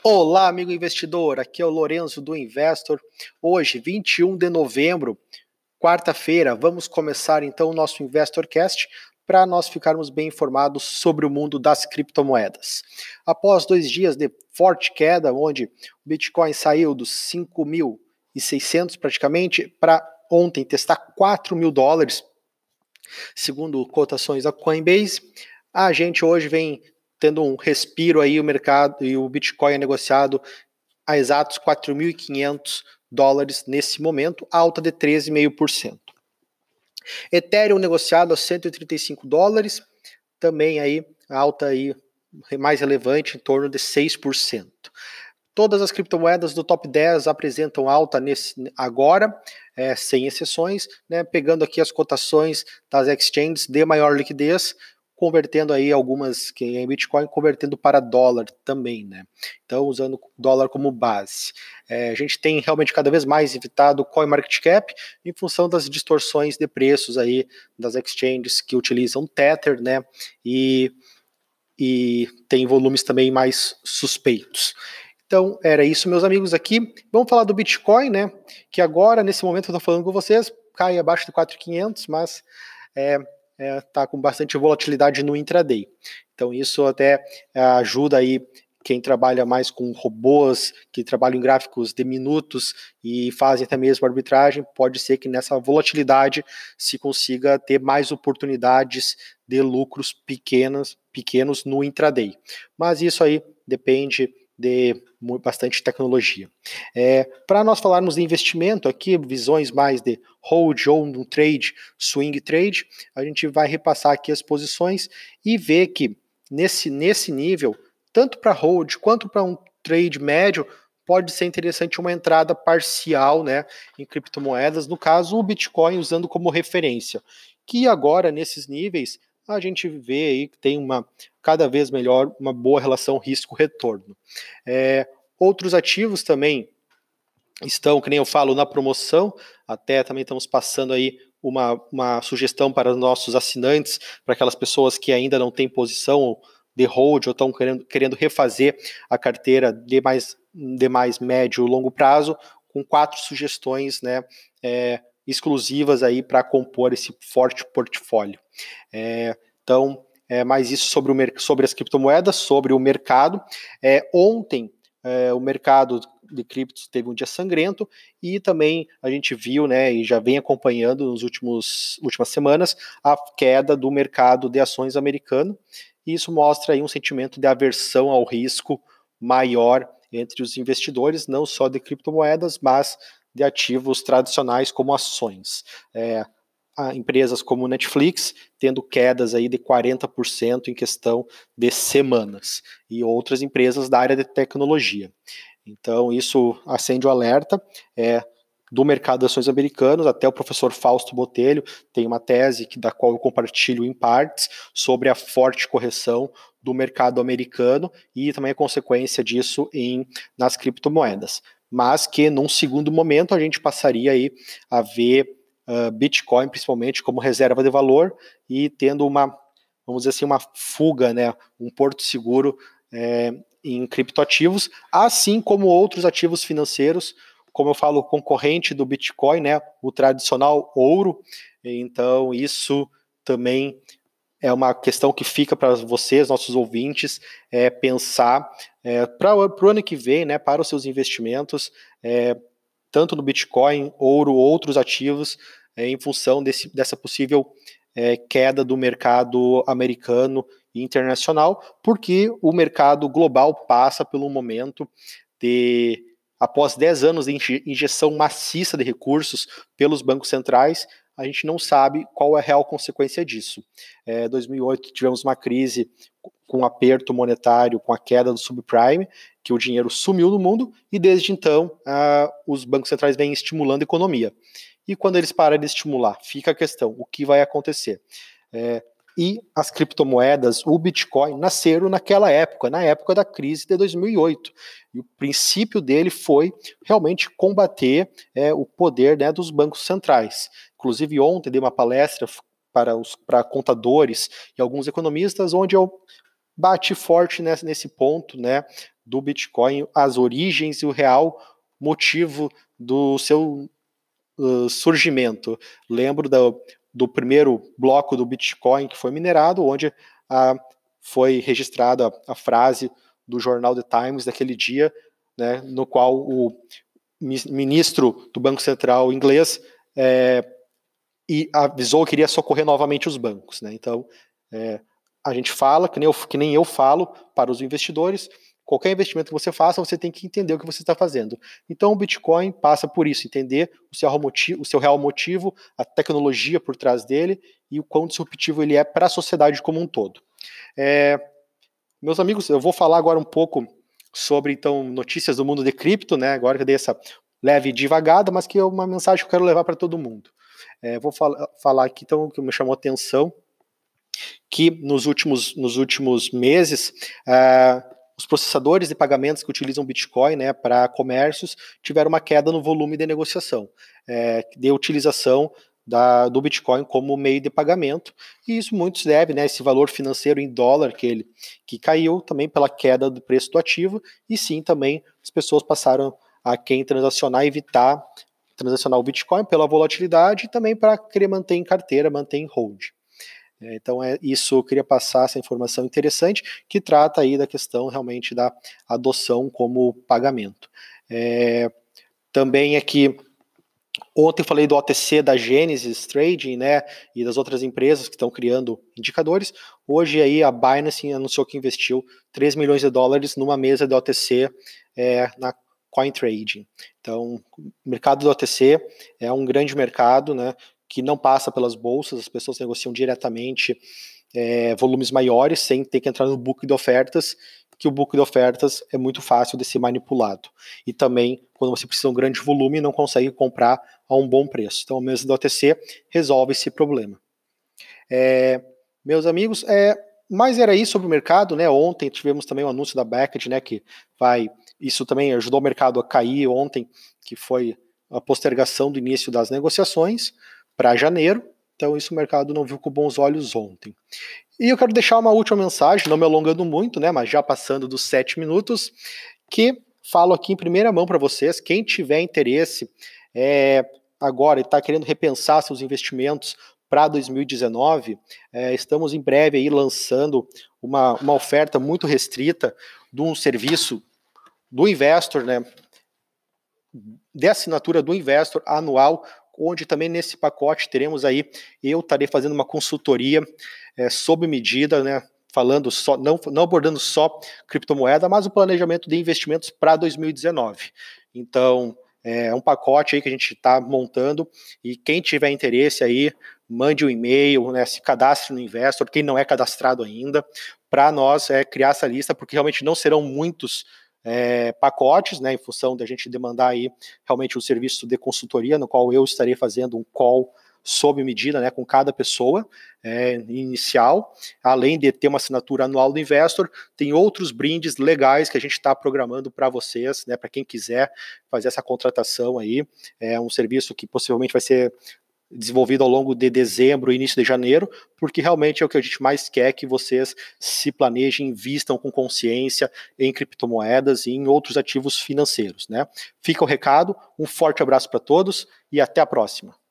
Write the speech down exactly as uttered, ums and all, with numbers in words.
Olá, amigo investidor, aqui é o Lorenzo do Investor. Hoje, vinte e um de novembro, quarta-feira, vamos começar então o nosso InvestorCast para nós ficarmos bem informados sobre o mundo das criptomoedas. Após dois dias de forte queda, onde o Bitcoin saiu dos cinco mil e seiscentos praticamente para ontem testar quatro mil dólares, segundo cotações da Coinbase, a gente hoje vem tendo um respiro aí, o mercado e o Bitcoin é negociado a exatos quatro mil e quinhentos dólares nesse momento, alta de treze vírgula cinco por cento. Ethereum negociado a cento e trinta e cinco dólares, também aí alta aí mais relevante, em torno de seis por cento. Todas as criptomoedas do top dez apresentam alta nesse, agora, é, sem exceções, né, pegando aqui as cotações das exchanges de maior liquidez, convertendo aí algumas que em Bitcoin, convertendo para dólar também, né? Então, usando dólar como base. É, a gente tem realmente cada vez mais evitado o CoinMarketCap em função das distorções de preços aí das exchanges que utilizam Tether, né? E, e tem volumes também mais suspeitos. Então, era isso, meus amigos, aqui. Vamos falar do Bitcoin, né? Que agora, nesse momento, eu estou falando com vocês, cai abaixo de quatro mil e quinhentos, mas é, é, tá com bastante volatilidade no intraday. Então, isso até é, ajuda aí quem trabalha mais com robôs, que trabalham em gráficos de minutos e fazem até mesmo arbitragem, pode ser que nessa volatilidade se consiga ter mais oportunidades de lucros pequenos, pequenos no intraday. Mas isso aí depende de bastante tecnologia. É, para nós falarmos de investimento aqui, visões mais de hold ou um trade, swing trade, a gente vai repassar aqui as posições e ver que nesse, nesse nível, tanto para hold quanto para um trade médio, pode ser interessante uma entrada parcial, né, em criptomoedas, no caso o Bitcoin usando como referência, que agora nesses níveis a gente vê aí que tem uma cada vez melhor, uma boa relação risco-retorno. É, outros ativos também estão, que nem eu falo, na promoção, até também estamos passando aí uma, uma sugestão para os nossos assinantes, para aquelas pessoas que ainda não têm posição de hold ou estão querendo, querendo refazer a carteira de mais, de mais médio e longo prazo, com quatro sugestões, né, é, exclusivas aí para compor esse forte portfólio. É, então, é, mais isso sobre, o, sobre as criptomoedas, sobre o mercado. É, ontem, é, o mercado de criptos teve um dia sangrento e também a gente viu, né, e já vem acompanhando nos últimos últimas semanas, a queda do mercado de ações americano, e isso mostra aí um sentimento de aversão ao risco maior entre os investidores, não só de criptomoedas, mas de ativos tradicionais como ações. É, empresas como Netflix tendo quedas aí de quarenta por cento em questão de semanas, e outras empresas da área de tecnologia. Então, isso acende o alerta é, do mercado de ações americanos. Até o professor Fausto Botelho tem uma tese que, da qual eu compartilho em partes sobre a forte correção do mercado americano e também a consequência disso em, nas criptomoedas. Mas que, num segundo momento, a gente passaria aí a ver uh, Bitcoin, principalmente, como reserva de valor e tendo uma, vamos dizer assim, uma fuga, né, um porto seguro é, em criptoativos, assim como outros ativos financeiros, como eu falo, concorrente do Bitcoin, né, o tradicional ouro. Então, isso também é uma questão que fica para vocês, nossos ouvintes, é, pensar é, para o ano que vem, né, para os seus investimentos, é, tanto no Bitcoin, ouro, outros ativos, é, em função desse, dessa possível é, queda do mercado americano e internacional, porque o mercado global passa por um momento de, após dez anos de injeção maciça de recursos pelos bancos centrais, a gente não sabe qual é a real consequência disso. Em é, dois mil e oito tivemos uma crise com um aperto monetário, com a queda do subprime, que o dinheiro sumiu do mundo, e desde então uh, os bancos centrais vêm estimulando a economia. E quando eles pararem de estimular, fica a questão, o que vai acontecer? É, e as criptomoedas, o Bitcoin, nasceram naquela época, na época da crise de dois mil e oito. E o princípio dele foi realmente combater é, o poder, né, dos bancos centrais. Inclusive ontem dei uma palestra para, os, para contadores e alguns economistas, onde eu bate forte nesse, nesse ponto, né, do Bitcoin, as origens e o real motivo do seu uh, surgimento. Lembro do, do primeiro bloco do Bitcoin que foi minerado, onde uh, foi registrada a, a frase do jornal The Times daquele dia, né, no qual o ministro do Banco Central inglês é, e avisou que iria socorrer novamente os bancos, né? Então, é, a gente fala, que nem, eu, que nem eu falo para os investidores, qualquer investimento que você faça, você tem que entender o que você está fazendo. Então, o Bitcoin passa por isso, entender o seu, motivo, o seu real motivo, a tecnologia por trás dele e o quão disruptivo ele é para a sociedade como um todo. É, meus amigos, eu vou falar agora um pouco sobre, então, notícias do mundo de cripto, né? Agora que eu dei essa leve divagada, mas que é uma mensagem que eu quero levar para todo mundo. É, vou fal falar aqui, então, que me chamou a atenção, que nos últimos, nos últimos meses, uh, os processadores de pagamentos que utilizam Bitcoin, né, para comércios tiveram uma queda no volume de negociação, é, de utilização da, do Bitcoin como meio de pagamento, e isso muito se deve, né, esse valor financeiro em dólar que, ele, que caiu também pela queda do preço do ativo, e sim também as pessoas passaram a quem transacionar, evitar transacionar o Bitcoin pela volatilidade e também para querer manter em carteira, manter em hold. É, então é isso, eu queria passar essa informação interessante que trata aí da questão realmente da adoção como pagamento. É, também aqui, ontem eu falei do O T C da Genesis Trading, né, e das outras empresas que estão criando indicadores. Hoje aí a Binance anunciou que investiu três milhões de dólares numa mesa de O T C é, na CoinTrading. Então, o mercado do O T C é um grande mercado, né, que não passa pelas bolsas, as pessoas negociam diretamente é, volumes maiores, sem ter que entrar no book de ofertas, que o book de ofertas é muito fácil de ser manipulado. E também, quando você precisa de um grande volume, não consegue comprar a um bom preço. Então, a mesa do O T C resolve esse problema. É, meus amigos, é, mas era isso sobre o mercado, né? Ontem tivemos também o anúncio da Beckett, né, que vai... Isso também ajudou o mercado a cair ontem, que foi a postergação do início das negociações para janeiro. Então isso o mercado não viu com bons olhos ontem. E eu quero deixar uma última mensagem, não me alongando muito, né, mas já passando dos sete minutos, que falo aqui em primeira mão para vocês, quem tiver interesse é, agora e está querendo repensar seus investimentos para dois mil e dezenove, é, estamos em breve aí lançando uma, uma oferta muito restrita de um serviço do Investor, né, de assinatura do Investor anual, onde também nesse pacote teremos aí, eu estarei fazendo uma consultoria é, sob medida, né, falando só, não, não abordando só criptomoeda, mas o planejamento de investimentos para dois mil e dezenove. Então, é um pacote aí que a gente está montando, e quem tiver interesse aí, mande um e-mail, né, se cadastre no Investor, quem não é cadastrado ainda, para nós é, criar essa lista, porque realmente não serão muitos É, pacotes, né, em função da gente demandar aí realmente um serviço de consultoria, no qual eu estarei fazendo um call sob medida, né, com cada pessoa é, inicial, além de ter uma assinatura anual do Investor, tem outros brindes legais que a gente está programando para vocês, né, para quem quiser fazer essa contratação aí, é um serviço que possivelmente vai ser desenvolvido ao longo de dezembro e início de janeiro, porque realmente é o que a gente mais quer, que vocês se planejem, invistam com consciência em criptomoedas e em outros ativos financeiros, né? Fica o recado, um forte abraço para todos e até a próxima.